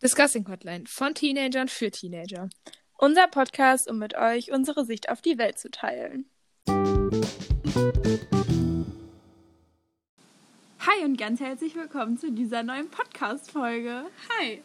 Discussing Hotline von Teenagern für Teenager. Unser Podcast, um mit euch unsere Sicht auf die Welt zu teilen. Hi und ganz herzlich willkommen zu dieser neuen Podcast-Folge. Hi.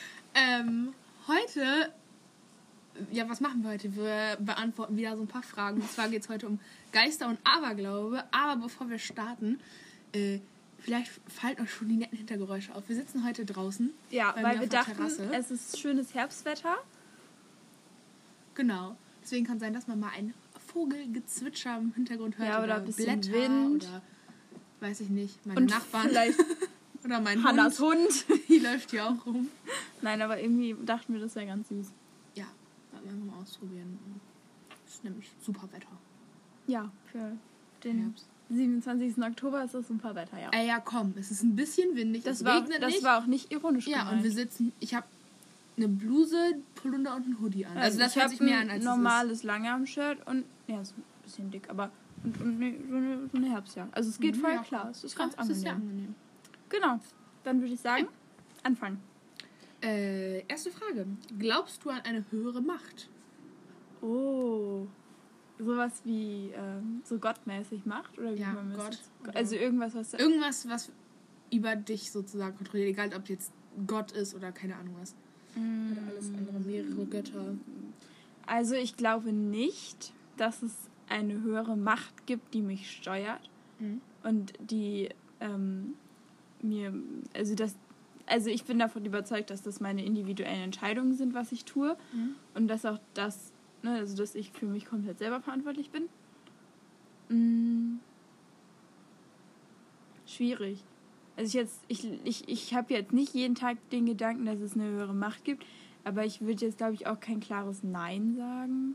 Heute, was machen wir heute? Wir beantworten wieder so ein paar Fragen. Und zwar geht es heute um Geister und Aberglaube. Aber bevor wir starten, vielleicht fallen euch schon die netten Hintergeräusche auf. Wir sitzen heute draußen. Ja, weil wir dachten, es ist schönes Herbstwetter. Genau. Deswegen kann es sein, dass man mal ein Vogelgezwitscher im Hintergrund hört. Ja, oder ein bisschen Blätter Wind. Oder, weiß ich nicht, meine Und Nachbarn. vielleicht oder mein Hannas Hund. Die läuft hier auch rum. Nein, aber irgendwie dachten wir, das wäre ganz süß. Ja, werden wir mal ausprobieren. Es ist nämlich super Wetter. Ja, für den Herbst. 27. Oktober ist das super Wetter, ja. Ja, komm, es ist ein bisschen windig, Das es war auch nicht ironisch Ja, gemeint. und ich habe eine Bluse, Polunder und ein Hoodie an. Also das hört sich mehr an, als normales Langarm-Shirt und, ja, ist ein bisschen dick, aber und so eine Herbstjacke. Also es geht voll ja, klar, es ist klar, ganz angenehm. Es ist sehr angenehm. Genau, dann würde ich sagen, anfangen. Erste Frage. Glaubst du an eine höhere Macht? Oh, sowas wie so gottmäßig Macht? Oder wie Ja, man Gott. Also irgendwas, was... Irgendwas, was über dich sozusagen kontrolliert, egal ob jetzt Gott ist oder keine Ahnung was. Oder alles andere, mehrere Götter. Also ich glaube nicht, dass es eine höhere Macht gibt, die mich steuert und die mir, also ich bin davon überzeugt, dass das meine individuellen Entscheidungen sind, was ich tue und dass auch das, also dass ich für mich komplett selber verantwortlich bin. Schwierig. Also ich habe jetzt nicht jeden Tag den Gedanken, dass es eine höhere Macht gibt, aber ich würde jetzt, glaube ich, auch kein klares Nein sagen.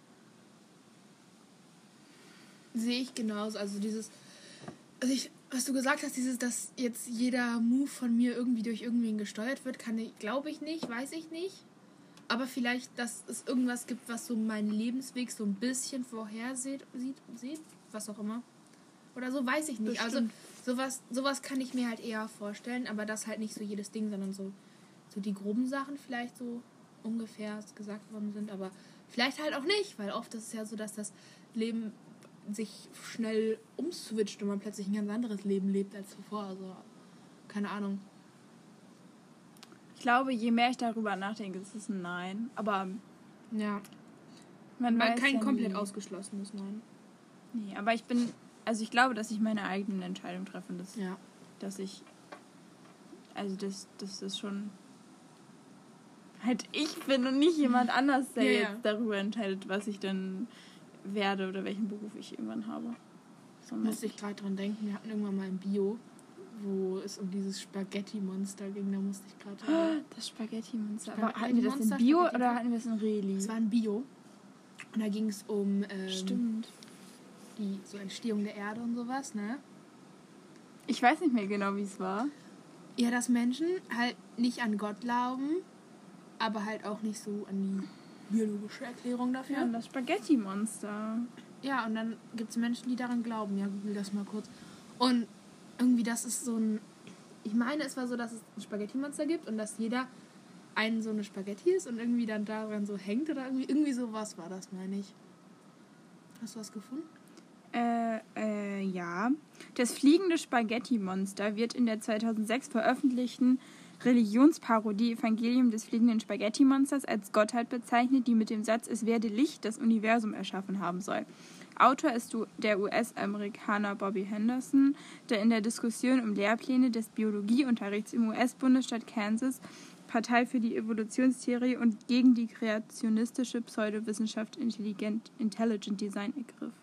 Sehe ich genauso. Also was du gesagt hast, dass jetzt jeder Move von mir irgendwie durch irgendwen gesteuert wird, glaube ich nicht, weiß ich nicht. Aber vielleicht, dass es irgendwas gibt, was so meinen Lebensweg so ein bisschen vorhersieht, was auch immer. Oder so, weiß ich nicht. Bestimmt. Also sowas kann ich mir halt eher vorstellen, aber das halt nicht so jedes Ding, sondern so die groben Sachen vielleicht so ungefähr gesagt worden sind, aber vielleicht halt auch nicht, weil oft ist es ja so, dass das Leben sich schnell umswitcht und man plötzlich ein ganz anderes Leben lebt als zuvor. Also, keine Ahnung. Ich glaube, je mehr ich darüber nachdenke, ist es ein Nein. Aber ja, man weiß kein ja komplett nie. ausgeschlossenes Nein. Nee, aber ich glaube, dass ich meine eigenen Entscheidungen treffe. Dass das schon halt ich bin und nicht jemand anders, der jetzt darüber entscheidet, was ich dann werde oder welchen Beruf ich irgendwann habe. Musste ich gerade dran denken, wir hatten irgendwann mal ein Bio, wo es um dieses Spaghetti-Monster ging, da musste ich gerade... Das Spaghetti-Monster. Aber hatten wir das in Bio oder hatten wir es in Reli? Es war ein Bio. Und da ging es um Stimmt. die so Entstehung der Erde und sowas, ne? Ich weiß nicht mehr genau, wie es war. Ja, dass Menschen halt nicht an Gott glauben, aber halt auch nicht so an die biologische Erklärung dafür. Ja, das Spaghetti-Monster. Ja, und dann gibt es Menschen, die daran glauben. Ja, google das mal kurz. Und irgendwie, das ist so ein... Ich meine, es war so, dass es ein Spaghetti-Monster gibt und dass jeder so eine Spaghetti ist und irgendwie dann daran so hängt oder irgendwie sowas war das, meine ich. Hast du was gefunden? Ja. Das fliegende Spaghetti-Monster wird in der 2006 veröffentlichten Religionsparodie Evangelium des fliegenden Spaghetti-Monsters als Gottheit bezeichnet, die mit dem Satz "Es werde Licht" das Universum erschaffen haben soll. Autor ist der US-Amerikaner Bobby Henderson, der in der Diskussion um Lehrpläne des Biologieunterrichts im US-Bundesstaat Kansas Partei für die Evolutionstheorie und gegen die kreationistische Pseudowissenschaft Intelligent Design ergriff.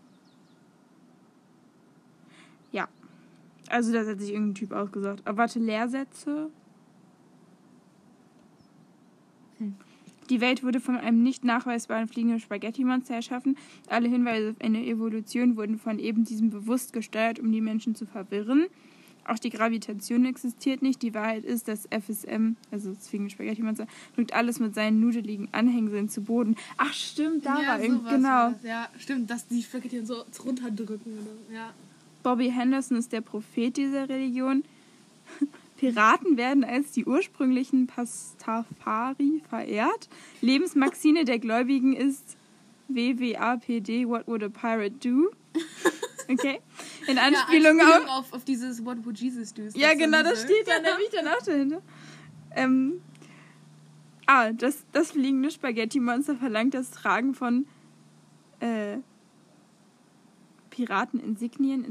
Ja. Also das hat sich irgendein Typ ausgesagt. Aber warte, Lehrsätze? Die Welt wurde von einem nicht nachweisbaren fliegenden Spaghetti-Monster erschaffen. Alle Hinweise auf eine Evolution wurden von eben diesem bewusst gesteuert, um die Menschen zu verwirren. Auch die Gravitation existiert nicht. Die Wahrheit ist, dass FSM, also das fliegende Spaghetti-Monster, drückt alles mit seinen nudeligen Anhängseln zu Boden. Ach stimmt, da war irgendwie, genau. Ja, stimmt, dass die Spaghetti so runterdrücken. Oder? Ja. Bobby Henderson ist der Prophet dieser Religion. Piraten werden als die ursprünglichen Pastafari verehrt. Lebensmaxime der Gläubigen ist WWAPD, What would a pirate do? Okay. In Anspielung auf dieses What would Jesus do? Ja, genau, das steht da nämlich dann auch dahinter. Das fliegende Spaghetti-Monster verlangt das Tragen von Piraten-Insignien,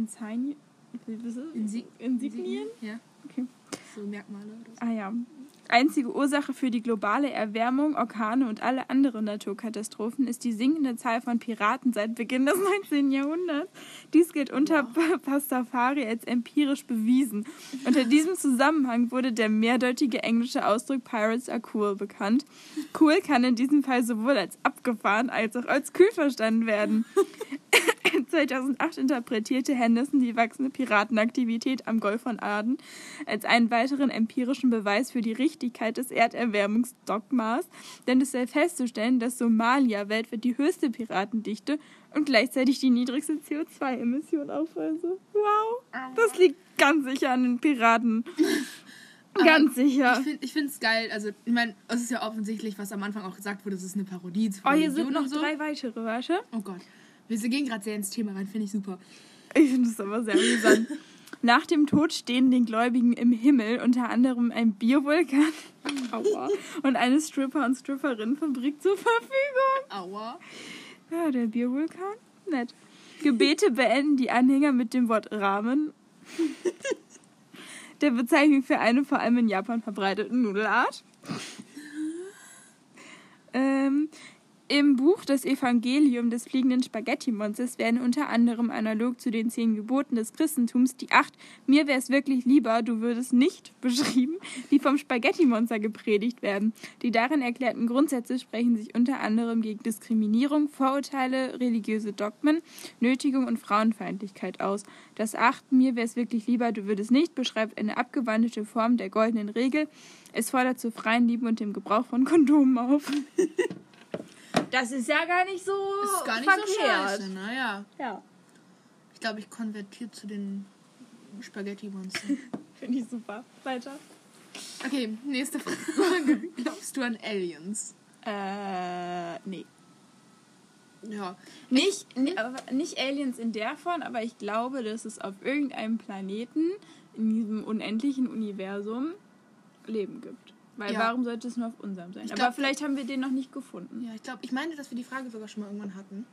Insignien? Ja. Okay. So Merkmale oder so. Ah ja. Einzige Ursache für die globale Erwärmung, Orkane und alle anderen Naturkatastrophen ist die sinkende Zahl von Piraten seit Beginn des 19. Jahrhunderts. Dies gilt unter Pastafari als empirisch bewiesen. Unter diesem Zusammenhang wurde der mehrdeutige englische Ausdruck Pirates are cool bekannt. Cool kann in diesem Fall sowohl als abgefahren als auch als kühl verstanden werden. 2008 interpretierte Henderson die wachsende Piratenaktivität am Golf von Aden als einen weiteren empirischen Beweis für die Richtigkeit des Erderwärmungsdogmas, denn es sei festzustellen, dass Somalia weltweit die höchste Piratendichte und gleichzeitig die niedrigste CO2-Emission aufweise. Wow, das liegt ganz sicher an den Piraten. Ganz sicher. Ich finde es geil. Also, ich meine, es ist ja offensichtlich, was am Anfang auch gesagt wurde, es ist eine Parodie. Hier sind noch 3 weitere, warte. Oh Gott. Wir gehen gerade sehr ins Thema rein, finde ich super. Ich finde es aber sehr amüsant. Nach dem Tod stehen den Gläubigen im Himmel unter anderem ein Biovulkan und eine Stripper- und Stripperinnenfabrik zur Verfügung. Aua. Ja, der Biovulkan. Nett. Gebete beenden die Anhänger mit dem Wort Ramen. Der Bezeichnung für eine vor allem in Japan verbreitete Nudelart. Im Buch Das Evangelium des fliegenden Spaghetti-Monsters werden unter anderem analog zu den 10 Geboten des Christentums die 8 Mir wär's wirklich lieber, du würdest nicht beschrieben, die vom Spaghetti-Monster gepredigt werden. Die darin erklärten Grundsätze sprechen sich unter anderem gegen Diskriminierung, Vorurteile, religiöse Dogmen, Nötigung und Frauenfeindlichkeit aus. Das 8 Mir wär's wirklich lieber, du würdest nicht beschreibt eine abgewandelte Form der goldenen Regel. Es fordert zur freien Liebe und dem Gebrauch von Kondomen auf. Das ist ja gar nicht so ist gar nicht verkehrt. So scheiße, naja. Ja. Ich glaube, ich konvertiere zu den Spaghetti-Monstern. Finde ich super. Weiter. Okay, nächste Frage. Glaubst du an Aliens? Nee. Ja. Nicht Aliens in der Form, aber ich glaube, dass es auf irgendeinem Planeten in diesem unendlichen Universum Leben gibt. Weil warum sollte es nur auf unserem sein? Aber vielleicht haben wir den noch nicht gefunden. Ja, ich meine, dass wir die Frage sogar schon mal irgendwann hatten.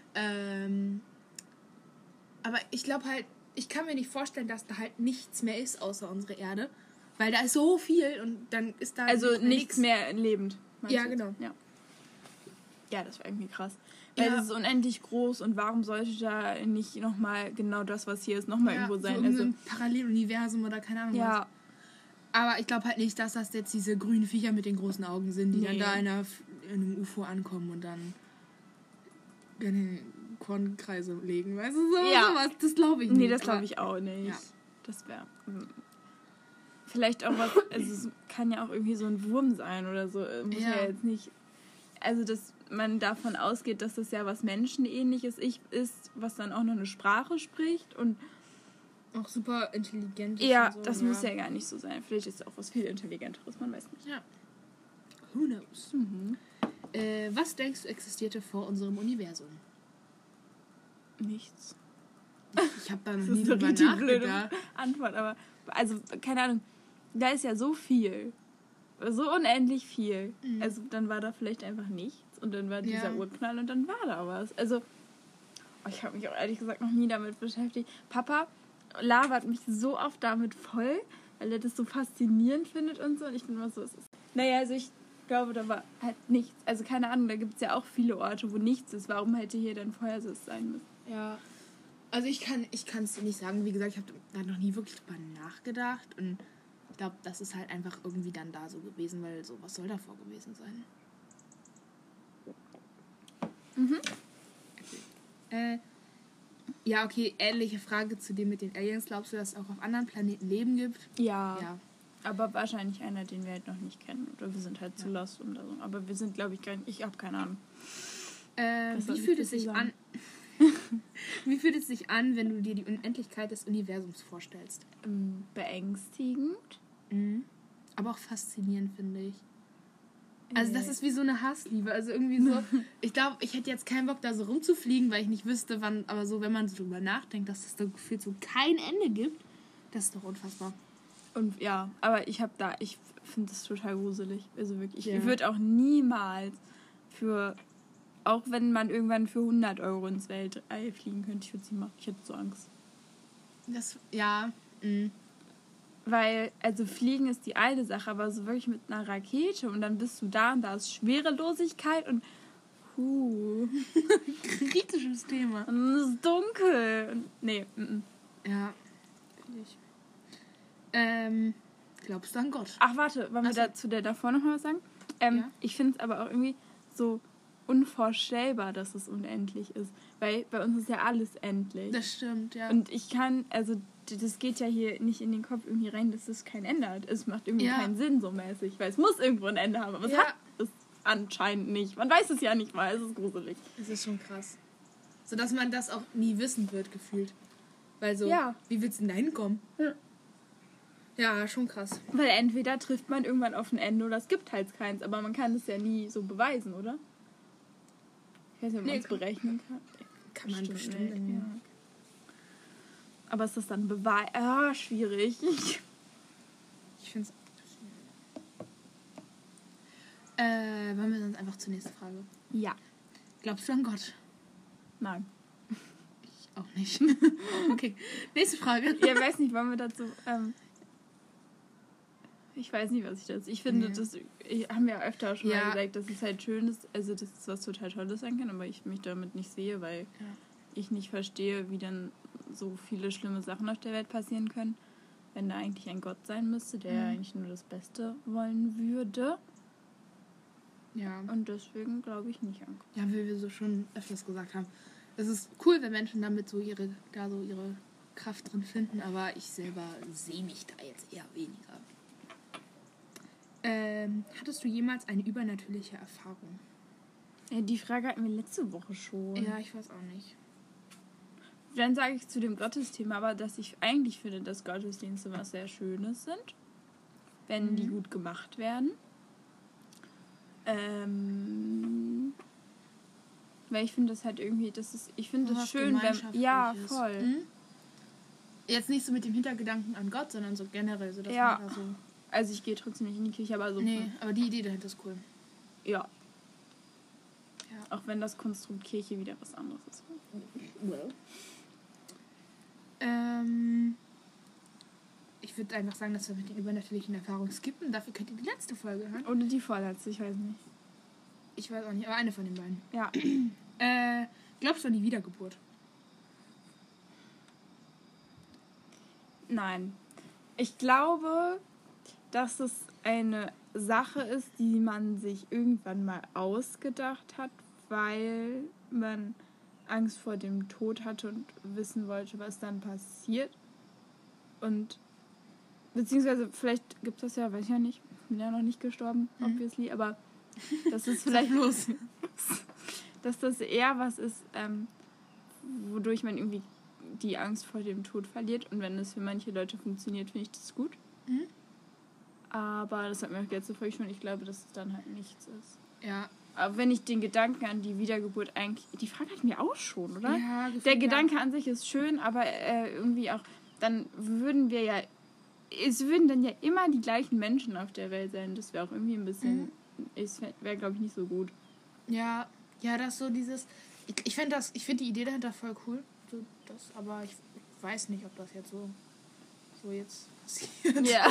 Aber ich glaube halt, ich kann mir nicht vorstellen, dass da halt nichts mehr ist außer unsere Erde. Weil da ist so viel und dann ist da also nichts mehr lebend. Ja, genau. Ja, das war irgendwie krass. Weil es ist unendlich groß und warum sollte da nicht nochmal genau das, was hier ist, nochmal irgendwo sein? So also ein Paralleluniversum oder keine Ahnung was. Aber ich glaube halt nicht, dass das jetzt diese grünen Viecher mit den großen Augen sind, die dann da in einem UFO ankommen und dann in den Kornkreise legen. Weißt du, sowas? Das glaube ich nicht. Nee, das glaube ich auch nicht. Ja. Das wäre... Vielleicht auch was... Also es kann ja auch irgendwie so ein Wurm sein oder so. Muss ja jetzt nicht... Also, dass man davon ausgeht, dass das ja was Menschenähnliches ist, was dann auch noch eine Sprache spricht und... Auch super intelligent. Ja, so, das muss ja gar nicht so sein. Vielleicht ist es auch was viel Intelligenteres, man weiß nicht. Ja. Who knows? Was denkst du existierte vor unserem Universum? Nichts. Ich habe da noch nie drüber nachgedacht. Blöde Antwort, aber also, keine Ahnung, da ist ja so viel. So unendlich viel. Also, dann war da vielleicht einfach nichts und dann war dieser Urknall und dann war da was. Also, ich habe mich auch ehrlich gesagt noch nie damit beschäftigt. Papa labert mich so oft damit voll, weil er das so faszinierend findet und so. Und ich bin immer so, es ist... Naja, also ich glaube, da war halt nichts. Also keine Ahnung, da gibt es ja auch viele Orte, wo nichts ist. Warum hätte hier dann Feuersitz sein müssen? Ja, also ich kann es dir nicht sagen. Wie gesagt, ich habe da noch nie wirklich drüber nachgedacht. Und ich glaube, das ist halt einfach irgendwie dann da so gewesen, weil so, was soll davor gewesen sein? Okay. Ja, okay, ähnliche Frage zu dem mit den Aliens. Glaubst du, dass es auch auf anderen Planeten Leben gibt? Ja. Aber wahrscheinlich einer, den wir halt noch nicht kennen. Oder wir sind halt zu lost oder so. Aber wir sind, glaube ich, gar nicht... Ich habe keine Ahnung. Wie fühlt es sich an? Wie fühlt es sich an, wenn du dir die Unendlichkeit des Universums vorstellst? Beängstigend. Aber auch faszinierend, finde ich. Also das ist wie so eine Hassliebe. Also irgendwie so, ich glaube, ich hätte jetzt keinen Bock, da so rumzufliegen, weil ich nicht wüsste, wann, aber so, wenn man so drüber nachdenkt, dass es da gefühlt so kein Ende gibt, das ist doch unfassbar. Und ja, aber ich finde das total gruselig. Also wirklich, ich würde auch niemals auch wenn man irgendwann für 100 Euro ins Weltall fliegen könnte, ich würde es nicht machen. Ich hätte so Angst. Weil, also Fliegen ist die eine Sache, aber so wirklich mit einer Rakete und dann bist du da und da ist Schwerelosigkeit und kritisches Thema. Und es ist dunkel. Und, nee. Ja. Glaubst du an Gott? Ach, warte, wollen wir dazu davor noch mal was sagen? Ich finde es aber auch irgendwie so unvorstellbar, dass es unendlich ist. Weil bei uns ist ja alles endlich. Das stimmt, ja. Und das geht ja hier nicht in den Kopf irgendwie rein, dass es kein Ende hat. Es macht irgendwie keinen Sinn so mäßig, weil es muss irgendwo ein Ende haben. Aber es hat es anscheinend nicht. Man weiß es ja nicht mal, es ist gruselig. Es ist schon krass. So, dass man das auch nie wissen wird, gefühlt. Weil so, wie willst du denn da hinkommen? Ja, schon krass. Weil entweder trifft man irgendwann auf ein Ende oder es gibt halt keins. Aber man kann es ja nie so beweisen, oder? Ich weiß nicht, ob man es berechnen kann. Kann man bestimmt. Ja. Aber ist das dann Beweis? Schwierig. Ich finde es wollen wir sonst einfach zur nächsten Frage? Ja. Glaubst du an Gott? Nein. Ich auch nicht. Okay, nächste Frage. Ja, weiß nicht, wollen wir dazu... ich weiß nicht, was ich dazu... Ich finde, das haben wir ja öfter schon mal gesagt, dass es halt schön ist, also dass es was total Tolles sein kann, aber ich mich damit nicht sehe, weil ich nicht verstehe, wie dann so viele schlimme Sachen auf der Welt passieren können, wenn da eigentlich ein Gott sein müsste, der eigentlich nur das Beste wollen würde. Ja. Und deswegen glaube ich nicht an Gott. Ja, wie wir so schon öfters gesagt haben. Es ist cool, wenn Menschen damit so ihre Kraft drin finden, aber ich selber sehe mich da jetzt eher weniger. Hattest du jemals eine übernatürliche Erfahrung? Ja, die Frage hatten wir letzte Woche schon. Ja, ich weiß auch nicht. Dann sage ich zu dem Gottesthema, aber dass ich eigentlich finde, dass Gottesdienste was sehr Schönes sind, wenn die gut gemacht werden. Weil ich finde das halt irgendwie, ich finde das schön, wenn... Ja, voll. Jetzt nicht so mit dem Hintergedanken an Gott, sondern so generell, so dass man da so... Also ich gehe trotzdem nicht in die Kirche, aber so... Nee, aber die Idee dahinter ist cool. Ja. Auch wenn das Konstrukt Kirche wieder was anderes ist. Well. Ich würde einfach sagen, dass wir mit den übernatürlichen Erfahrungen skippen. Dafür könnt ihr die letzte Folge hören. Oder die vorletzte, ich weiß nicht. Ich weiß auch nicht, aber eine von den beiden. Ja. Glaubst du an die Wiedergeburt? Nein. Ich glaube, dass es eine Sache ist, die man sich irgendwann mal ausgedacht hat, weil man Angst vor dem Tod hatte und wissen wollte, was dann passiert. Und beziehungsweise vielleicht gibt es das ja, weiß ich ja nicht, ich bin ja noch nicht gestorben, obviously, aber das ist vielleicht dass das eher was ist, wodurch man irgendwie die Angst vor dem Tod verliert. Und wenn es für manche Leute funktioniert, finde ich das gut. Aber das hat mir auch letzte Folge schon, ich glaube, dass es dann halt nichts ist. Ja. Aber wenn ich den Gedanken an die Wiedergeburt eigentlich... Die Frage hatten wir auch schon, oder? Ja, der Gedanke an sich ist schön, aber irgendwie auch... Dann würden wir ja... Es würden dann ja immer die gleichen Menschen auf der Welt sein. Das wäre auch irgendwie ein bisschen... Es wäre, glaube ich, nicht so gut. Ja, das ist so dieses... Ich finde die Idee dahinter voll cool. So, aber ich weiß nicht, ob das jetzt so jetzt passiert. Ja.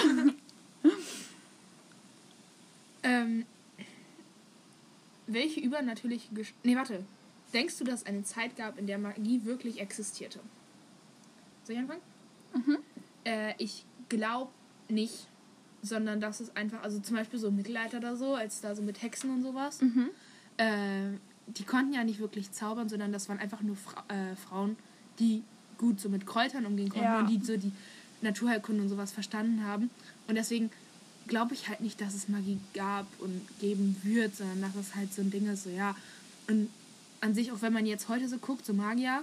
Welche übernatürliche Denkst du, dass es eine Zeit gab, in der Magie wirklich existierte? Soll ich anfangen? Ich glaube nicht, sondern dass es einfach, also zum Beispiel so im Mittelalter oder so, als da so mit Hexen und sowas, die konnten ja nicht wirklich zaubern, sondern das waren einfach nur Frauen, die gut so mit Kräutern umgehen konnten und die so die Naturheilkunde und sowas verstanden haben. Und deswegen glaube ich halt nicht, dass es Magie gab und geben wird, sondern dass es halt so ein Ding ist, so ja. Und an sich, auch wenn man jetzt heute so guckt, so Magier,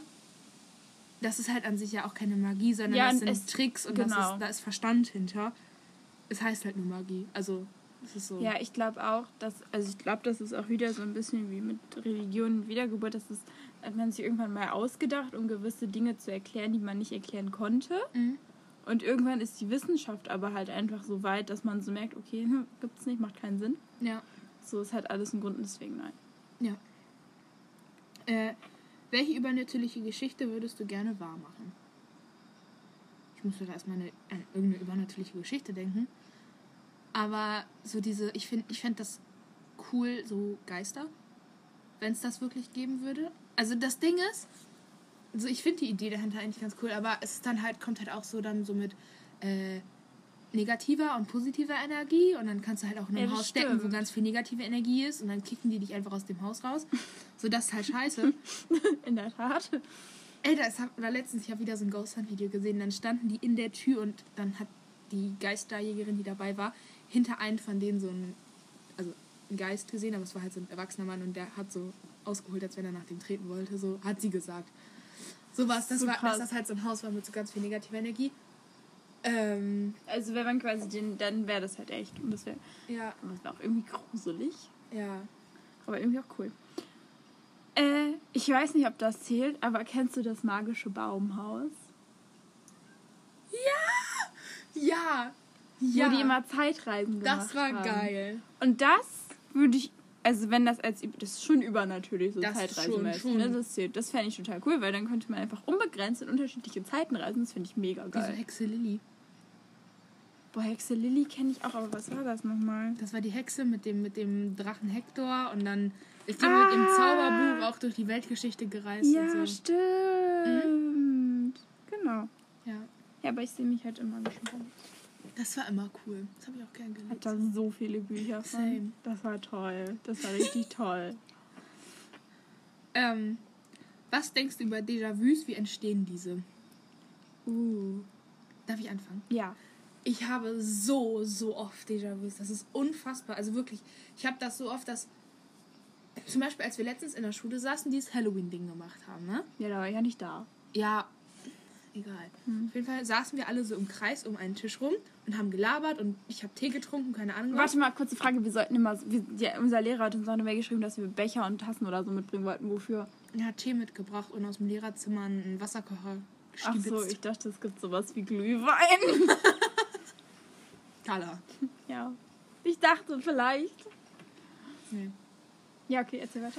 das ist halt an sich ja auch keine Magie, sondern das sind Tricks und da ist Verstand hinter. es heißt halt nur Magie. Also, es ist so. Ja, ich glaube auch, das ist auch wieder so ein bisschen wie mit Religion und Wiedergeburt. Hat man sich irgendwann mal ausgedacht, um gewisse Dinge zu erklären, die man nicht erklären konnte. Mhm. Und irgendwann ist die Wissenschaft aber halt einfach so weit, dass man so merkt, okay, gibt's nicht, macht keinen Sinn. Ja. So ist halt alles ein Grund, deswegen nein. Ja. Welche übernatürliche Geschichte würdest du gerne wahr machen? Ich musste da erstmal an irgendeine übernatürliche Geschichte denken. Aber so ich fände das cool, so Geister. Wenn es das wirklich geben würde. Also das Ding ist, also ich finde die Idee dahinter eigentlich ganz cool, aber es ist dann halt, kommt halt auch so dann so mit negativer und positiver Energie und dann kannst du halt auch in einem Haus stecken, wo ganz viel negative Energie ist und dann kicken die dich einfach aus dem Haus raus. So, das ist halt scheiße. In der Tat. Ey, letztens, ich habe wieder so ein Ghost Hunt Video gesehen, dann standen die in der Tür und dann hat die Geisterjägerin, die dabei war, hinter einen von denen so einen Geist gesehen, aber es war halt so ein erwachsener Mann und der hat so ausgeholt, als wenn er nach dem treten wollte, so hat sie gesagt. So was, dass das halt so ein Haus war mit so ganz viel negativer Energie. Also wenn man quasi dann wäre das halt echt. Und das wäre auch irgendwie gruselig. Ja. Aber irgendwie auch cool. Ich weiß nicht, ob das zählt, aber kennst du das magische Baumhaus? Ja! Wo die immer Zeitreisen gemacht haben. Das war geil. Und das würde ich, also wenn das das ist schon übernatürlich, so das Zeitreisenmäßig. Ne? Das fände ich total cool, weil dann könnte man einfach unbegrenzt in unterschiedliche Zeiten reisen. Das finde ich mega geil. Diese Hexe Lilly. Boah, Hexe Lilly kenne ich auch, aber was war das nochmal? Das war die Hexe mit dem Drachen Hektor und dann ist die mit dem Zauberbuch auch durch die Weltgeschichte gereist. Ja, und so. stimmt. Genau. Ja. Ja, aber ich sehe mich halt immer gespannt. Das war immer cool. Das habe ich auch gern gelesen. Hat da so viele Bücher von. Same. Das war toll. Das war richtig toll. Was denkst du über Déjà-vus? Wie entstehen diese? Darf ich anfangen? Ja. Ich habe so oft Déjà-vus. Das ist unfassbar. Also wirklich, ich habe das so oft, dass zum Beispiel, als wir letztens in der Schule saßen, die das Halloween-Ding gemacht haben, ne? Ja, da war ich ja nicht da. Ja, egal. Auf jeden Fall saßen wir alle so im Kreis um einen Tisch rum und haben gelabert und ich habe Tee getrunken, keine Ahnung was. Warte mal, kurze Frage. Wir sollten immer, unser Lehrer hat uns auch eine Mail geschrieben, dass wir Becher und Tassen oder so mitbringen wollten. Wofür? Er hat Tee mitgebracht und aus dem Lehrerzimmer einen Wasserkocher Ach gestibitzt. so, ich dachte, es gibt sowas wie Glühwein. Kala. Ja. Ich dachte vielleicht. Nee. Ja, okay, erzähl weiter.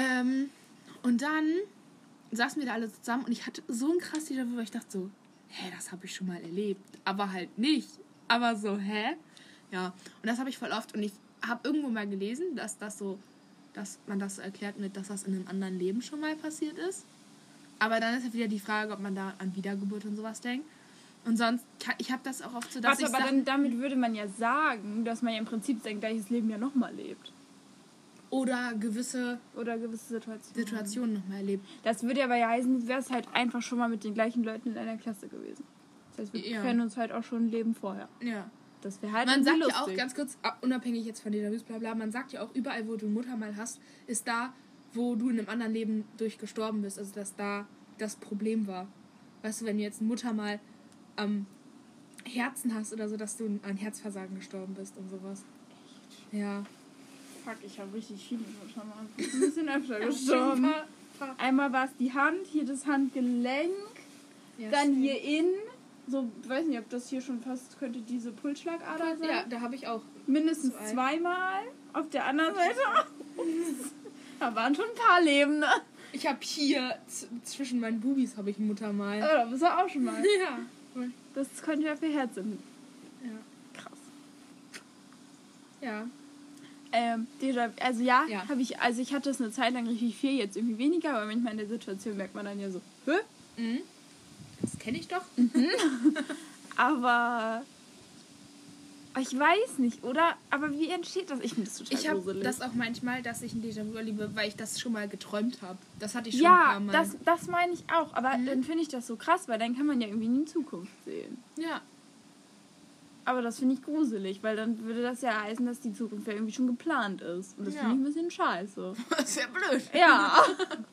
Und dann saßen wir da alle zusammen und ich hatte so ein krasses Déjà-vu, weil ich dachte so, das habe ich schon mal erlebt. Aber halt nicht. Aber so, Ja, und das habe ich voll oft und ich habe irgendwo mal gelesen, dass man das so erklärt mit, dass das in einem anderen Leben schon mal passiert ist. Aber dann ist ja wieder die Frage, ob man da an Wiedergeburt und sowas denkt. Und sonst, ich habe das auch oft so, dass damit würde man ja sagen, dass man ja im Prinzip sein gleiches Leben ja nochmal lebt. Oder gewisse Situationen nochmal erlebt. Das würde aber ja heißen, du wärst halt einfach schon mal mit den gleichen Leuten in einer Klasse gewesen. Das heißt, wir kennen uns halt auch schon ein Leben vorher. Ja. Das wäre halt man sagt lustig. ja auch, ganz kurz, unabhängig jetzt von Déjà-vus, bla bla, man sagt ja auch, überall, wo du ein Muttermal hast, ist da, wo du in einem anderen Leben durch gestorben bist. Also, dass da das Problem war. Weißt du, wenn du jetzt ein Muttermal am Herzen hast oder so, dass du an Herzversagen gestorben bist und sowas. Echt? Ja. Fuck, ich habe richtig viele Muttermal. Ich bin ein bisschen öfter gestorben. Einmal war es die Hand, hier das Handgelenk, ja, dann hier innen. So, ich weiß nicht, ob das hier schon fast könnte diese Pulsschlagader sein. Ja, da habe ich auch. Mindestens zweimal. Auf der anderen Seite. Da waren schon ein paar Leben, ne? Ich habe hier zwischen meinen Bubis habe ich ein Muttermal. Oh, da bist du auch schon mal. Ja. Das könnte ja für Herz sein. Ja. Krass. Ja. Also ja. Habe ich, also ich hatte es eine Zeit lang richtig viel, jetzt irgendwie weniger, aber manchmal in der Situation merkt man dann ja so, Mhm. Das kenne ich doch. Aber ich weiß nicht, oder? Aber wie entsteht das? Ich finde das total gruselig. Ich habe das auch manchmal, dass ich ein Déjà-vu erlebe, weil ich das schon mal geträumt habe. Das hatte ich schon ein paar Mal. Ja, das meine ich auch. Aber dann finde ich das so krass, weil dann kann man ja irgendwie in die Zukunft sehen. Ja. Aber das finde ich gruselig, weil dann würde das ja heißen, dass die Zukunft ja irgendwie schon geplant ist. Und das finde ich ein bisschen scheiße. Das ist ja blöd. Ja.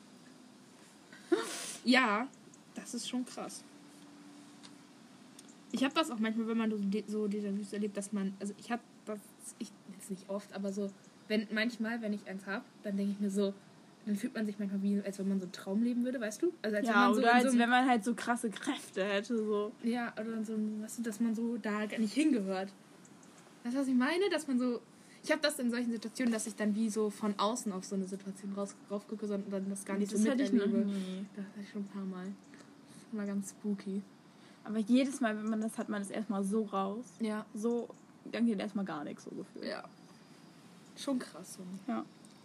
Ja, das ist schon krass. Ich habe das auch manchmal, wenn man so Déjà-vus erlebt, dass man, also ich habe das, jetzt nicht oft, aber so, wenn ich eins habe, dann denke ich mir so, dann fühlt man sich manchmal wie, als wenn man so einen Traum leben würde, weißt du? Also als wenn man so oder als wenn man halt so krasse Kräfte hätte, so. Ja, oder so, weißt du, dass man so da gar nicht hingehört. Weißt du, was ich meine? Dass man so, ich habe das in solchen Situationen, dass ich dann wie so von außen auf so eine Situation rauf gucke und dann das gar nicht so miterlebe. Das hatte ich schon ein paar Mal. Das ist immer ganz spooky. Aber jedes Mal, wenn man das hat, man das erstmal so raus. Ja. So, dann geht erstmal gar nichts so gefühlt. Ja. Schon krass. So. Ja.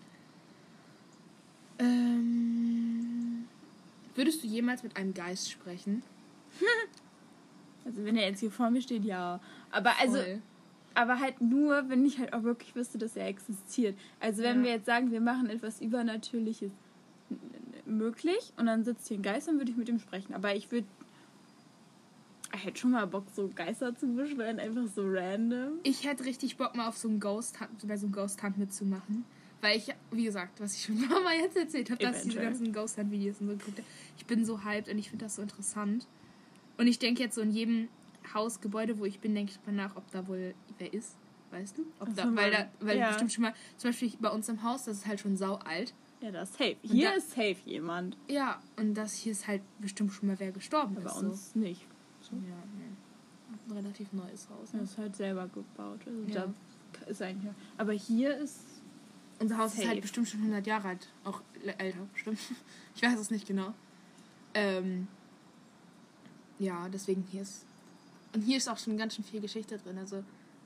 Würdest du jemals mit einem Geist sprechen? Also wenn er jetzt hier vor mir steht, ja. Aber aber halt nur, wenn ich halt auch wirklich wüsste, dass er existiert. Also wenn wir jetzt sagen, wir machen etwas Übernatürliches möglich und dann sitzt hier ein Geist, dann würde ich mit ihm sprechen. Aber ich hätte schon mal Bock, so Geister zu beschwören, einfach so random. Ich hätte richtig Bock, mal auf so einem Ghost Hunt mitzumachen. Weil ich, wie gesagt, was ich schon ein paar Mal jetzt erzählt habe, dass ich diese ganzen Ghost Hunt Videos und so geguckt habe. Ich bin so hyped und ich finde das so interessant. Und ich denke jetzt so in jedem Hausgebäude, wo ich bin, denke ich mal nach, ob da wohl wer ist. Weißt du? Weil bestimmt schon mal, zum Beispiel bei uns im Haus, das ist halt schon sau alt. Ja, das ist safe. Hier ist safe jemand. Ja, und das hier ist halt bestimmt schon mal wer gestorben ist. Bei uns nicht. So. Ja, nee. Ein relativ neues Haus. Ne? Das ist halt selber gebaut. Also da ist eigentlich. Aber hier ist. Unser Haus ist halt bestimmt schon 100 Jahre alt. Auch älter, bestimmt. Ich weiß es nicht genau. Ja, deswegen hier ist. Und hier ist auch schon ganz schön viel Geschichte drin. Also.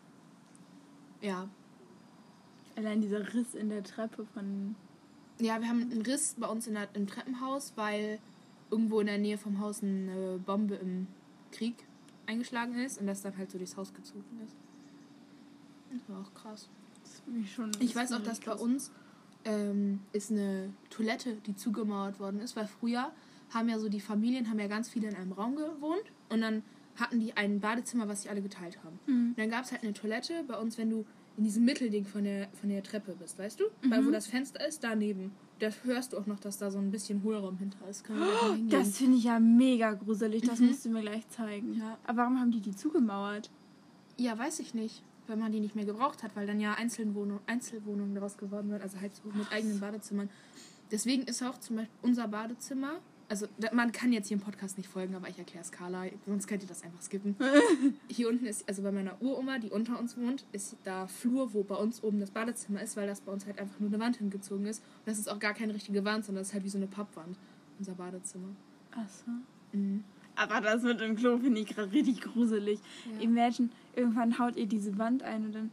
Ja. Allein dieser Riss in der Treppe von. Ja, wir haben einen Riss bei uns im Treppenhaus, weil irgendwo in der Nähe vom Haus eine Bombe im Krieg eingeschlagen ist und das dann halt so durchs Haus gezogen ist. Das war auch krass. Ich weiß auch, dass bei uns ist eine Toilette, die zugemauert worden ist, weil früher haben ja so die Familien, ganz viele in einem Raum gewohnt und dann hatten die ein Badezimmer, was sie alle geteilt haben. Mhm. Und dann gab es halt eine Toilette bei uns, wenn du in diesem Mittelding von der Treppe bist, weißt du? Mhm. Weil wo das Fenster ist, daneben. Da hörst du auch noch, dass da so ein bisschen Hohlraum hinter ist. Das finde ich ja mega gruselig, das musst du mir gleich zeigen. Ja. Aber warum haben die zugemauert? Ja, weiß ich nicht. Weil man die nicht mehr gebraucht hat, weil dann ja Einzelwohnungen daraus geworden sind, also halt so mit eigenen Badezimmern. Deswegen ist auch zum Beispiel unser Badezimmer, also man kann jetzt hier im Podcast nicht folgen, aber ich erkläre es Carla, sonst könnt ihr das einfach skippen. Hier unten ist, also bei meiner Uroma, die unter uns wohnt, ist da Flur, wo bei uns oben das Badezimmer ist, weil das bei uns halt einfach nur eine Wand hingezogen ist. Und das ist auch gar keine richtige Wand, sondern das ist halt wie so eine Pappwand, unser Badezimmer. Ach so. Mhm. Aber das mit dem Klo finde ich gerade richtig gruselig. Ja. Imagine, irgendwann haut ihr diese Wand ein und dann...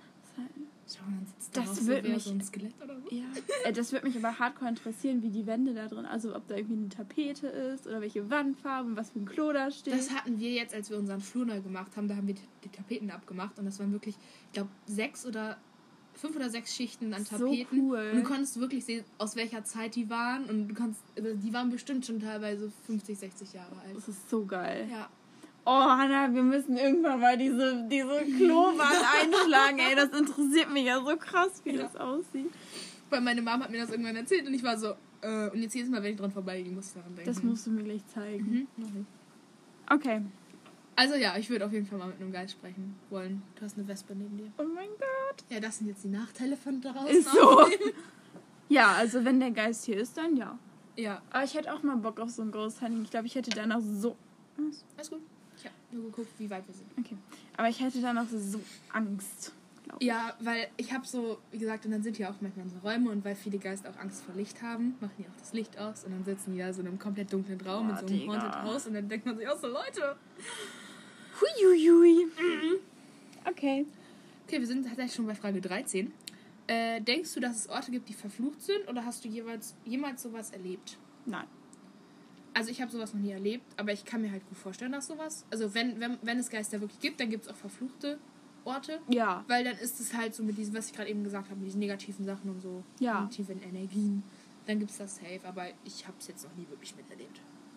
Das wird mich... so ein Skelett oder so? Ja. Das würde mich aber hardcore interessieren, wie die Wände da drin... Also ob da irgendwie eine Tapete ist oder welche Wandfarbe und was für ein Klo da steht. Das hatten wir jetzt, als wir unseren Flur neu gemacht haben. Da haben wir die Tapeten abgemacht und das waren wirklich, ich glaube, 5 oder 6 Schichten an Tapeten. So cool. Und du konntest wirklich sehen, aus welcher Zeit die waren. Und die waren bestimmt schon teilweise 50, 60 Jahre alt. Das ist so geil. Ja. Oh, Hannah, wir müssen irgendwann mal diese Klowand einschlagen. Ey, das interessiert mich ja so krass, wie das aussieht. Weil meine Mama hat mir das irgendwann erzählt und ich war so, und jetzt jedes Mal, wenn ich dran vorbeigehe, muss ich daran denken. Das musst du mir gleich zeigen. Mhm. Okay. Also ja, ich würde auf jeden Fall mal mit einem Geist sprechen wollen. Du hast eine Wespe neben dir. Oh mein Gott. Ja, das sind jetzt die Nachteile von draußen. Ist so. Ja, also wenn der Geist hier ist, dann ja. Ja. Aber ich hätte auch mal Bock auf so ein Ghost Hunting. Ich glaube, ich hätte danach so... Was? Alles gut. Ich habe nur geguckt, wie weit wir sind. Okay. Aber ich hätte danach so Angst, glaube ich. Ja, weil ich habe so, wie gesagt, und dann sind hier auch manchmal unsere Räume und weil viele Geister auch Angst vor Licht haben, machen die auch das Licht aus und dann sitzen die da so in einem komplett dunklen Raum mit so einem Haunted Haus und dann denkt man sich auch so, Leute... Huiuiui. Okay, wir sind tatsächlich schon bei Frage 13. Denkst du, dass es Orte gibt, die verflucht sind oder hast du jemals sowas erlebt? Nein. Also ich habe sowas noch nie erlebt, aber ich kann mir halt gut vorstellen, dass sowas... Also wenn es Geister wirklich gibt, dann gibt es auch verfluchte Orte. Ja. Weil dann ist es halt so mit diesem, was ich gerade eben gesagt habe, mit diesen negativen Sachen und so. Ja. Negativen Energien. Dann gibt es das safe, aber ich habe es jetzt noch nie wirklich miterlebt.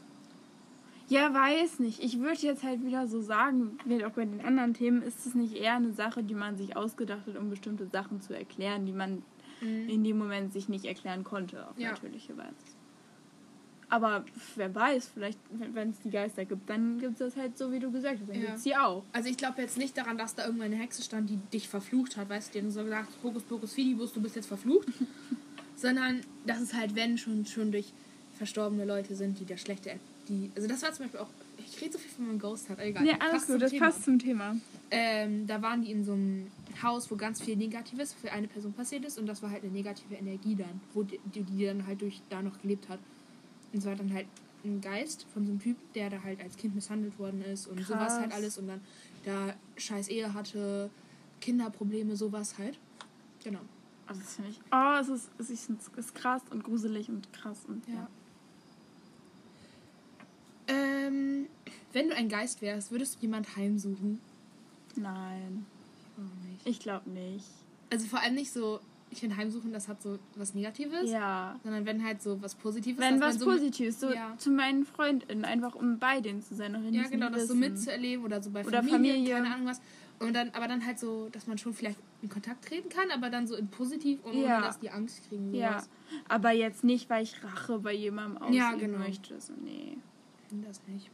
Ja, weiß nicht. Ich würde jetzt halt wieder so sagen, wie auch bei den anderen Themen, ist es nicht eher eine Sache, die man sich ausgedacht hat, um bestimmte Sachen zu erklären, die man in dem Moment sich nicht erklären konnte, auf natürliche Weise. Aber wer weiß, vielleicht, wenn es die Geister gibt, dann gibt es das halt so, wie du gesagt hast. Dann gibt es die auch. Also ich glaube jetzt nicht daran, dass da irgendeine Hexe stand, die dich verflucht hat, weißt du, die so gesagt, Hokus Pokus Fidibus, du bist jetzt verflucht. Sondern, dass es halt, wenn schon durch verstorbene Leute sind, die der schlechte... also das war zum Beispiel auch... Ich rede so viel von meinem Ghost Hut, egal. Ja, alles gut, das passt zum Thema. Da waren die in so einem Haus, wo ganz viel Negatives für eine Person passiert ist und das war halt eine negative Energie dann, wo die dann halt da noch gelebt hat. Und es war dann halt ein Geist von so einem Typ, der da halt als Kind misshandelt worden ist und sowas halt alles und dann da scheiß Ehe hatte, Kinderprobleme, sowas halt. Genau. Also das finde ich... es ist krass und gruselig und krass und ja. Wenn du ein Geist wärst, würdest du jemand heimsuchen? Nein. nicht. Ich glaube nicht. Also vor allem nicht so, ich finde Heimsuchen, das hat so was Negatives. Ja. Sondern wenn halt so was Positives. Wenn was so Positives, so zu meinen FreundInnen, einfach um bei denen zu sein. Auch wenn ja, genau, das wissen. So mitzuerleben oder so bei Familie, keine Ahnung was. Und dann, aber dann halt so, dass man schon vielleicht in Kontakt treten kann, aber dann so in positiv und ohne dass die Angst kriegen. Sowas. Ja, aber jetzt nicht, weil ich Rache bei jemandem ausüben möchte. So, nee. Das nicht.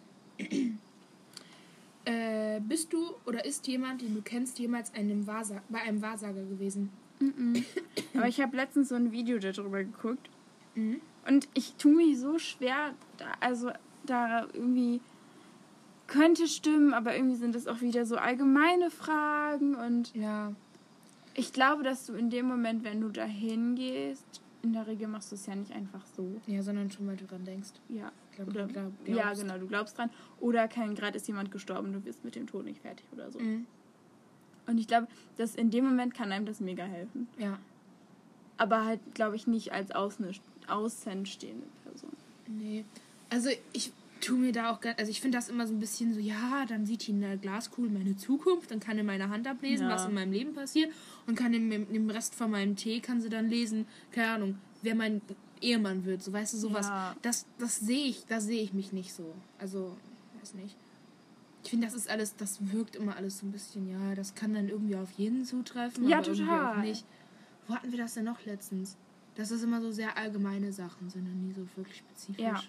Bist du oder ist jemand, den du kennst, jemals bei einem Wahrsager gewesen? Aber ich habe letztens so ein Video darüber geguckt. Und ich tue mich so schwer, da irgendwie könnte stimmen, aber irgendwie sind das auch wieder so allgemeine Fragen und ich glaube, dass du in dem Moment, wenn du da hingehst, in der Regel machst du es ja nicht einfach so. Ja, sondern schon, weil du dran denkst. Ja. Ja, genau, du glaubst dran. Oder gerade ist jemand gestorben, du bist mit dem Tod nicht fertig oder so. Und ich glaube, dass in dem Moment kann einem das mega helfen. Ja. Aber halt, glaube ich, nicht als außenstehende Person. Nee. Also ich tue mir da auch also ich finde das immer so ein bisschen so, ja, dann sieht die in der Glaskugel meine Zukunft, dann kann in meiner Hand ablesen, was in meinem Leben passiert und kann im Rest von meinem Tee kann sie dann lesen, keine Ahnung, wer mein Ehemann wird, so, weißt du, sowas. Ja. Das sehe ich mich nicht so. Also, weiß nicht. Ich finde, das ist alles, das wirkt immer alles so ein bisschen, ja, das kann dann irgendwie auf jeden zutreffen, ja, aber total. irgendwie auch nicht. Wo hatten wir das denn noch letztens? Dass das immer so sehr allgemeine Sachen sind und nie so wirklich spezifisch. Ja.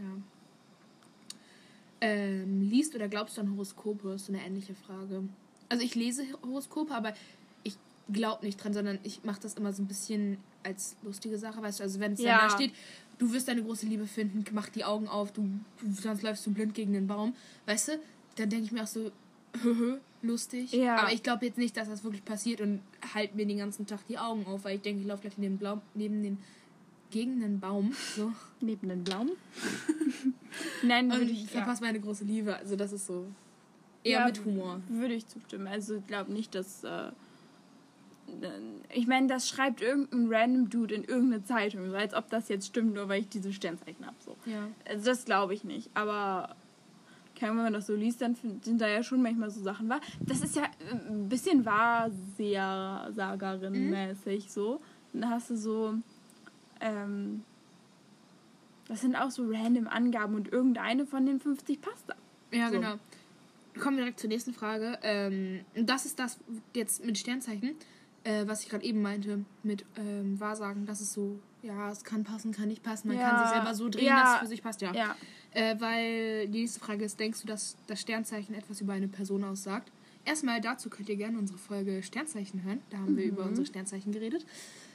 Liest oder glaubst du an Horoskope? Ist so eine ähnliche Frage. Also ich lese Horoskope, aber ich glaube nicht dran, sondern ich mache das immer so ein bisschen als lustige Sache, weißt du, also wenn es dann da steht, du wirst deine große Liebe finden, mach die Augen auf, sonst läufst du blind gegen den Baum, weißt du, dann denke ich mir auch so, lustig, aber ich glaube jetzt nicht, dass das wirklich passiert und halt mir den ganzen Tag die Augen auf, weil ich denke, ich laufe gleich gegen den Baum, so. Neben den Baum? Nein, würde ich verpasse meine große Liebe, also das ist so eher mit Humor. Würde ich zustimmen, also ich glaube nicht, dass ich meine, das schreibt irgendein random Dude in irgendeine Zeitung, so als ob das jetzt stimmt, nur weil ich diese Sternzeichen habe. So. Ja. Also das glaube ich nicht. Aber wenn man das so liest, dann sind da ja schon manchmal so Sachen wahr. Das ist ja ein bisschen Wahrsagerin-mäßig so. Und da hast du so das sind auch so random Angaben und irgendeine von den 50 passt da. Ja, so. Genau. Kommen wir direkt zur nächsten Frage. Das ist das jetzt mit Sternzeichen. Was ich gerade eben meinte, mit Wahrsagen, dass es so, ja, es kann passen, kann nicht passen, man kann sich selber so drehen, dass es für sich passt, weil die nächste Frage ist, denkst du, dass das Sternzeichen etwas über eine Person aussagt? Erstmal dazu könnt ihr gerne unsere Folge Sternzeichen hören, da haben wir über unsere Sternzeichen geredet.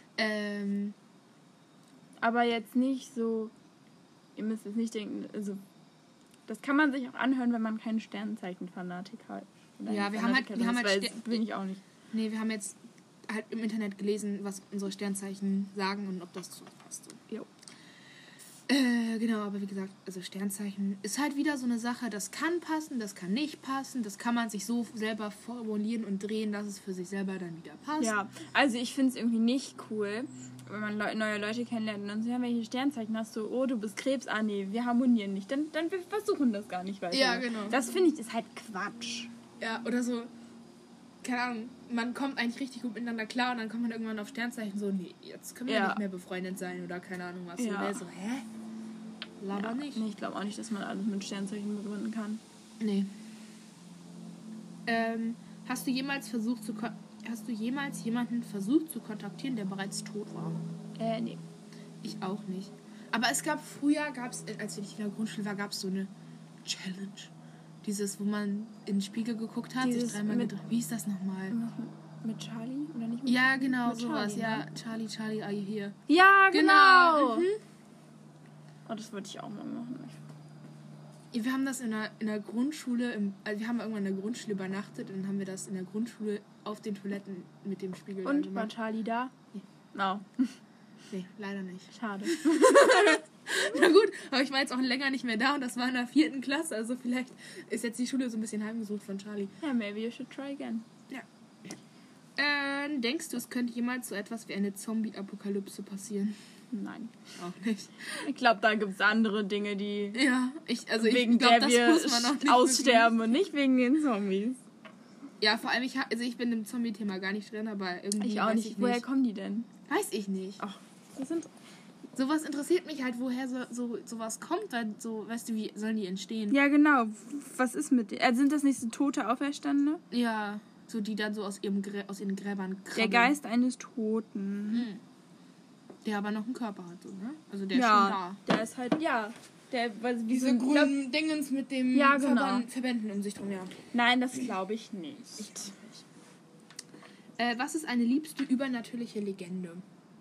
Aber jetzt nicht so, ihr müsst jetzt nicht denken, also das kann man sich auch anhören, wenn man keinen Sternzeichen-Fanatiker ist. Ja, wir haben halt bin ich auch nicht. Nee, wir haben jetzt halt im Internet gelesen, was unsere Sternzeichen sagen und ob das zu uns passt. So. Jo. Genau, aber wie gesagt, also Sternzeichen ist halt wieder so eine Sache, das kann passen, das kann nicht passen, das kann man sich so selber formulieren und drehen, dass es für sich selber dann wieder passt. Ja, also ich finde es irgendwie nicht cool, wenn man neue Leute kennenlernt und dann so, ja, welche Sternzeichen hast du? Oh, du bist Krebs, nee, wir harmonieren nicht. Dann wir versuchen das gar nicht weiter. Ja, genau. Das finde ich, ist halt Quatsch. Ja, oder so, keine Ahnung, man kommt eigentlich richtig gut miteinander klar und dann kommt man irgendwann auf Sternzeichen so, nee, jetzt können wir nicht mehr befreundet sein oder keine Ahnung was. Ja. So, hä? Laber nicht. Nee, ich glaube auch nicht, dass man alles mit Sternzeichen begründen kann. Nee. Hast du jemals jemanden versucht zu kontaktieren, der bereits tot war? Nee. Ich auch nicht. Aber es gab früher, als ich in der Grundschule war, gab es so eine Challenge. Dieses, wo man in den Spiegel geguckt hat, sich dreimal gedreht. Wie ist das nochmal? Mit Charlie? Oder nicht mit Ja, genau, mit sowas. Charlie, Ja, ne? Charlie, are you here? Ja, genau. Mhm. Oh, das wollte ich auch mal machen. Wir haben das in der Grundschule, wir haben irgendwann in der Grundschule übernachtet und dann haben wir das in der Grundschule auf den Toiletten mit dem Spiegel Und gemacht. war Charlie da? Nee. No. Nee, leider nicht. Schade. Na gut, aber ich war jetzt auch länger nicht mehr da und das war in der 4. Klasse, also vielleicht ist jetzt die Schule so ein bisschen heimgesucht von Charlie. Ja, maybe you should try again. Ja. Denkst du, es könnte jemals so etwas wie eine Zombie-Apokalypse passieren? Nein. Auch nicht. Ich glaube, da gibt es andere Dinge, die Ja, wegen ich glaube, der das wir muss man auch nicht aussterben und nicht wegen den Zombies. Ja, vor allem, ich bin im Zombie-Thema gar nicht drin, aber irgendwie Ich auch weiß nicht. ich Woher nicht. kommen die denn? Weiß ich nicht. Ach, das sind... Sowas interessiert mich halt, woher sowas kommt, weil so, weißt du, wie sollen die entstehen? Ja, genau. Was ist mit denen? Sind das nicht so tote Auferstandene? Ja, so die dann so aus ihren Gräbern krabbeln. Der Geist eines Toten. Der aber noch einen Körper hat, so, ne? Also der ist Ja, schon da. der ist halt, ja. Der, weil, wie Diese so ein grünen Dingens mit dem Ja, genau. Verbänden um sich drum, ja. Nein, das glaube ich nicht. Was ist eine liebste übernatürliche Legende?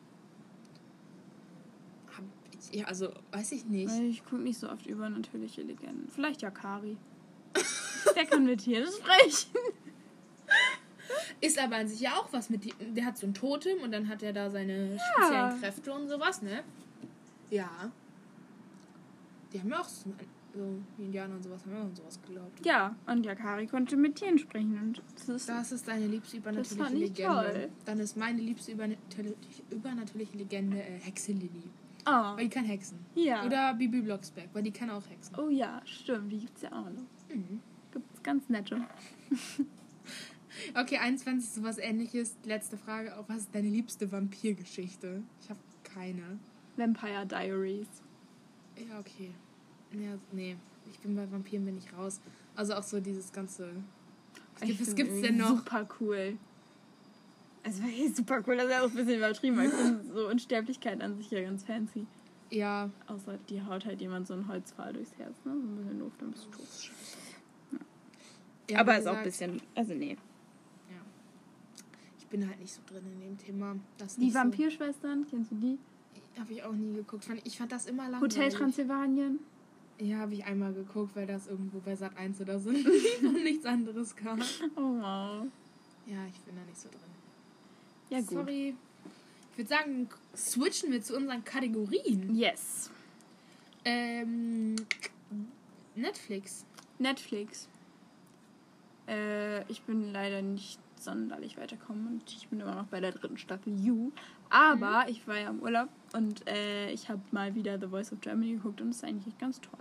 Ja, also, weiß ich nicht. Ich gucke nicht so oft übernatürliche Legenden. Vielleicht ja Kari. Der kann mit Tieren sprechen. Ist aber an sich ja auch was mit der hat so ein Totem und dann hat er da seine speziellen Kräfte und sowas, ne? Ja. Die haben ja auch so die Indianer und sowas haben ja auch an sowas geglaubt. Ja, und Yakari konnte mit Tieren sprechen. Und das ist deine liebste übernatürliche fand ich Legende. toll. Dann ist meine liebste übernatürliche Legende Hexe Lilly. Oh. Weil die kann hexen. Ja. Oder Bibi Blocksberg, weil die kann auch hexen. Oh ja, stimmt. Die gibt's ja auch noch. Mhm. Gibt's ganz nette. Okay, 21, sowas ähnliches. Letzte Frage. Auch was ist deine liebste Vampirgeschichte? Ich habe keine. Vampire Diaries. Ja, okay. Ja, nee. Bei Vampiren bin ich raus. Also auch so dieses ganze... Was gibt's denn noch? Super cool. Also super cool, das ist ja auch ein bisschen übertrieben, weil ich finde so Unsterblichkeit an sich ja ganz fancy. Ja. Außer die haut halt jemand so einen Holzpfahl durchs Herz, ne? So ein bisschen doof, dann bist du tot. Ja. Ja, aber wie ist auch ein gesagt, bisschen, also nee. Ja. Ich bin halt nicht so drin in dem Thema. Die Vampirschwestern, kennst du die? Habe ich auch nie geguckt. Ich fand das immer langweilig. Hotel Transsilvanien? Ja, habe ich einmal geguckt, weil das irgendwo bei Sat.1 oder so lief und nichts anderes kam. Oh wow. Ja, ich bin da nicht so drin. Ja, gut. Sorry. Ich würde sagen, switchen wir zu unseren Kategorien. Yes. Netflix. Ich bin leider nicht sonderlich weitergekommen und ich bin immer noch bei der 3. Staffel You. Aber ich war ja im Urlaub und ich habe mal wieder The Voice of Germany geguckt und es ist eigentlich ganz toll.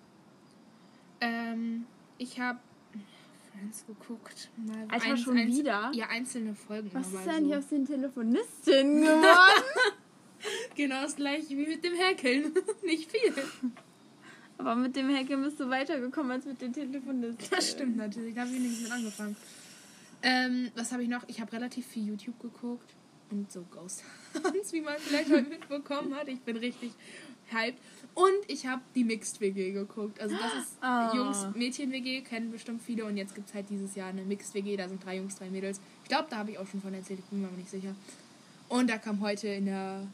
Ich habe Friends geguckt. Mal Alter, schon wieder? Ja, einzelne Folgen. Was ist so. denn hier aus den Telefonistinnen geworden? Genau das gleiche wie mit dem Häkeln. Nicht viel. Aber mit dem Häkeln bist du weitergekommen als mit den Telefonistinnen. Das stimmt natürlich. Da habe ich nichts mit angefangen. Was habe ich noch? Ich habe relativ viel YouTube geguckt. Und so Ghost Hunts, wie man vielleicht heute mitbekommen hat. Ich bin richtig hyped. Und ich habe die Mixed WG geguckt. Also das ist Jungs-Mädchen-WG, kennen bestimmt viele. Und jetzt gibt es halt dieses Jahr eine Mixed WG. Da sind 3 Jungs, 3 Mädels. Ich glaube, da habe ich auch schon von erzählt. Ich bin mir aber nicht sicher. Und da kam heute in der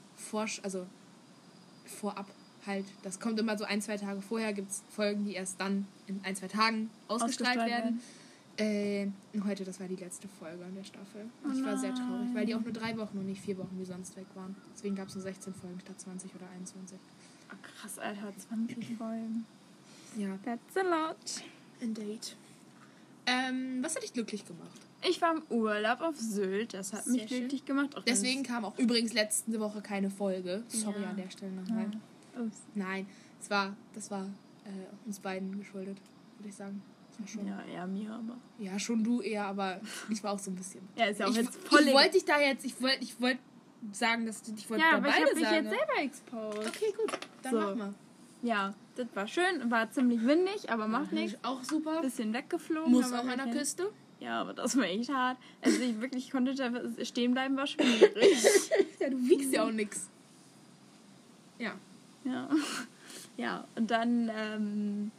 Vorab halt. Das kommt immer so 1-2 Tage vorher. Gibt es Folgen, die erst dann in 1-2 Tagen ausgestrahlt werden. Und heute, das war die letzte Folge an der Staffel. Und ich war sehr traurig, weil die auch nur 3 Wochen und nicht 4 Wochen wie sonst weg waren. Deswegen gab es nur 16 Folgen statt 20 oder 21. Oh, krass, Alter, 20 Folgen. Ja. That's a lot. Indeed. Was hat dich glücklich gemacht? Ich war im Urlaub auf Sylt, das hat mich glücklich gemacht. Auch deswegen kam auch übrigens letzte Woche keine Folge. Sorry an der Stelle nochmal. Ja. Nein, das war uns beiden geschuldet, würde ich sagen. Schon. Ja, eher mir, aber... Ja, schon du eher, aber ich war auch so ein bisschen... Ja, ist ja auch jetzt voll... Ich wollte dich da jetzt... Ich wollte sagen, dass ich wollte ja, da aber beide ich habe mich sagen. jetzt selber exposed. Okay, gut. Dann mach mal. Ja, das war schön. War ziemlich windig, aber macht nichts. Auch super. Bisschen weggeflogen. Muss auch an der Küste. Ja, aber das war echt hart. Also ich konnte da stehen bleiben, war schwierig. Ja, du wiegst ja auch nix. Ja. Ja. Ja, und dann,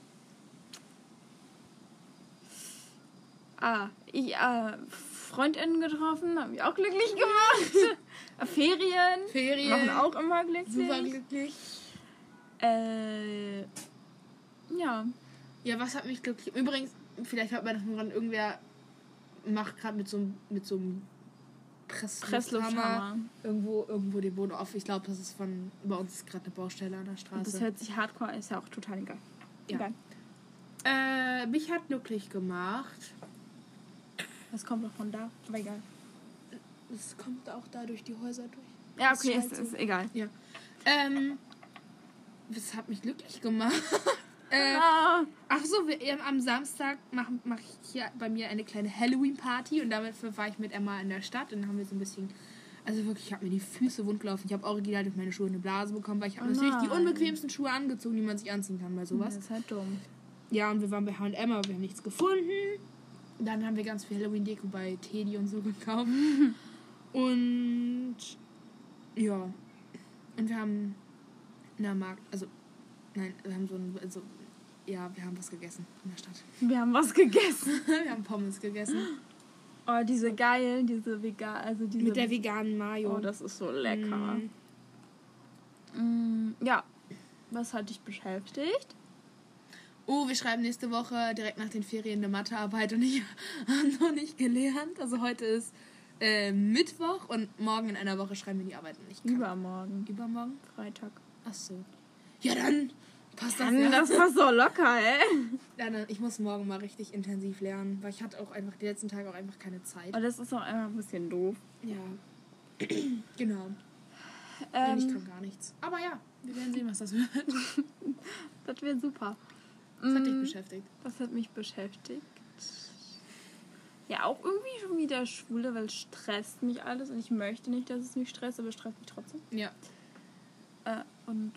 Freundinnen getroffen, haben mich auch glücklich gemacht. Ferien machen auch immer glücklich. Super glücklich. Ja. Ja, was hat mich glücklich... Übrigens, vielleicht hört man das dran, irgendwer macht gerade mit so einem Presslufthammer irgendwo den Boden auf. Ich glaube, das ist bei uns ist gerade eine Baustelle an der Straße. Das hört sich hardcore, ist ja auch total egal. Ja. Mich hat glücklich gemacht. Das kommt doch von da, aber egal. Es kommt auch da durch die Häuser durch. Ja, okay, ist egal. Ja. Das hat mich glücklich gemacht. Ach so, am Samstag mache ich hier bei mir eine kleine Halloween-Party und damit war ich mit Emma in der Stadt und dann haben wir so ein bisschen, also wirklich, ich habe mir die Füße wund gelaufen. Ich habe original durch meine Schuhe eine Blase bekommen, weil ich habe natürlich die unbequemsten Schuhe angezogen, die man sich anziehen kann bei sowas. Das ist halt dumm. Ja, und wir waren bei H&M, aber wir haben nichts gefunden. Dann haben wir ganz viel Halloween-Deko bei Teddy und so gekauft. Und ja. Und wir haben wir haben wir haben was gegessen in der Stadt. Wir haben was gegessen. Wir haben Pommes gegessen. Oh, diese geil, diese vegan, mit der veganen Mayo. Oh, das ist so lecker. Ja. Was hat dich beschäftigt? Oh, wir schreiben nächste Woche direkt nach den Ferien eine Mathearbeit und ich habe noch nicht gelernt. Also heute ist Mittwoch und morgen in einer Woche schreiben wir die Arbeit nicht. Übermorgen. Übermorgen? Freitag. Ach so. Ja, dann passt das. Das passt so locker, Ja, dann, ich muss morgen mal richtig intensiv lernen, weil ich hatte auch einfach die letzten Tage auch einfach keine Zeit. Aber das ist auch einfach ein bisschen doof. Ja. Genau. Ich kann gar nichts. Aber ja, wir werden sehen, was das wird. Das wird super. Was hat dich beschäftigt? Was hat mich beschäftigt? Ja, auch irgendwie schon wieder Schule, weil es stresst mich alles und ich möchte nicht, dass es mich stresst, aber es stresst mich trotzdem. Ja. Und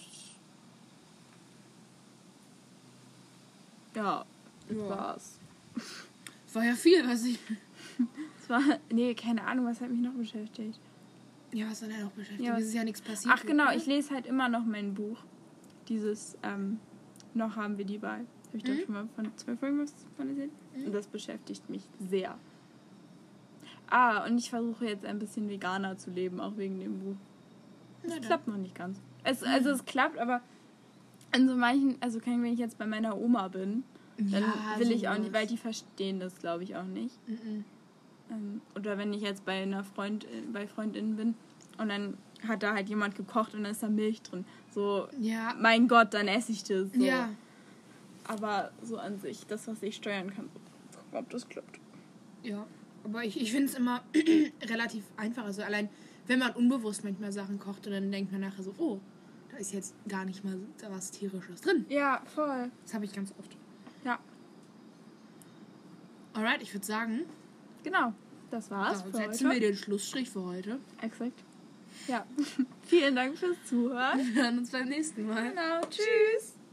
ja, das war's. Es war ja viel, was ich... keine Ahnung, was hat mich noch beschäftigt? Ja, was soll denn noch beschäftigt? Ja, es ist ja nichts passiert. Ach genau, ich lese halt immer noch mein Buch. Dieses, noch haben wir die Wahl. Habe ich doch schon mal von 2 Folgen was von erzählt? Und das beschäftigt mich sehr. Und ich versuche jetzt ein bisschen veganer zu leben, auch wegen dem Buch. Das klappt noch nicht ganz. Es klappt, aber in so manchen, also wenn ich jetzt bei meiner Oma bin, dann will ich auch nicht, weil die verstehen das, glaube ich, auch nicht. Oder wenn ich jetzt bei bei Freundinnen bin und dann hat da halt jemand gekocht und dann ist da Milch drin. So, mein Gott, dann esse ich das. So. Ja. Aber so an sich, das, was ich steuern kann, gucken, ob das klappt. Ja, aber ich finde es immer relativ einfach. Also allein, wenn man unbewusst manchmal Sachen kocht und dann denkt man nachher so, oh, da ist jetzt gar nicht mal was Tierisches drin. Ja, voll. Das habe ich ganz oft. Ja. Alright, ich würde sagen... Genau, das war's für heute. Setzen wir den Schlussstrich für heute. Exakt. Ja. Vielen Dank fürs Zuhören. Wir hören uns beim nächsten Mal. Genau, tschüss.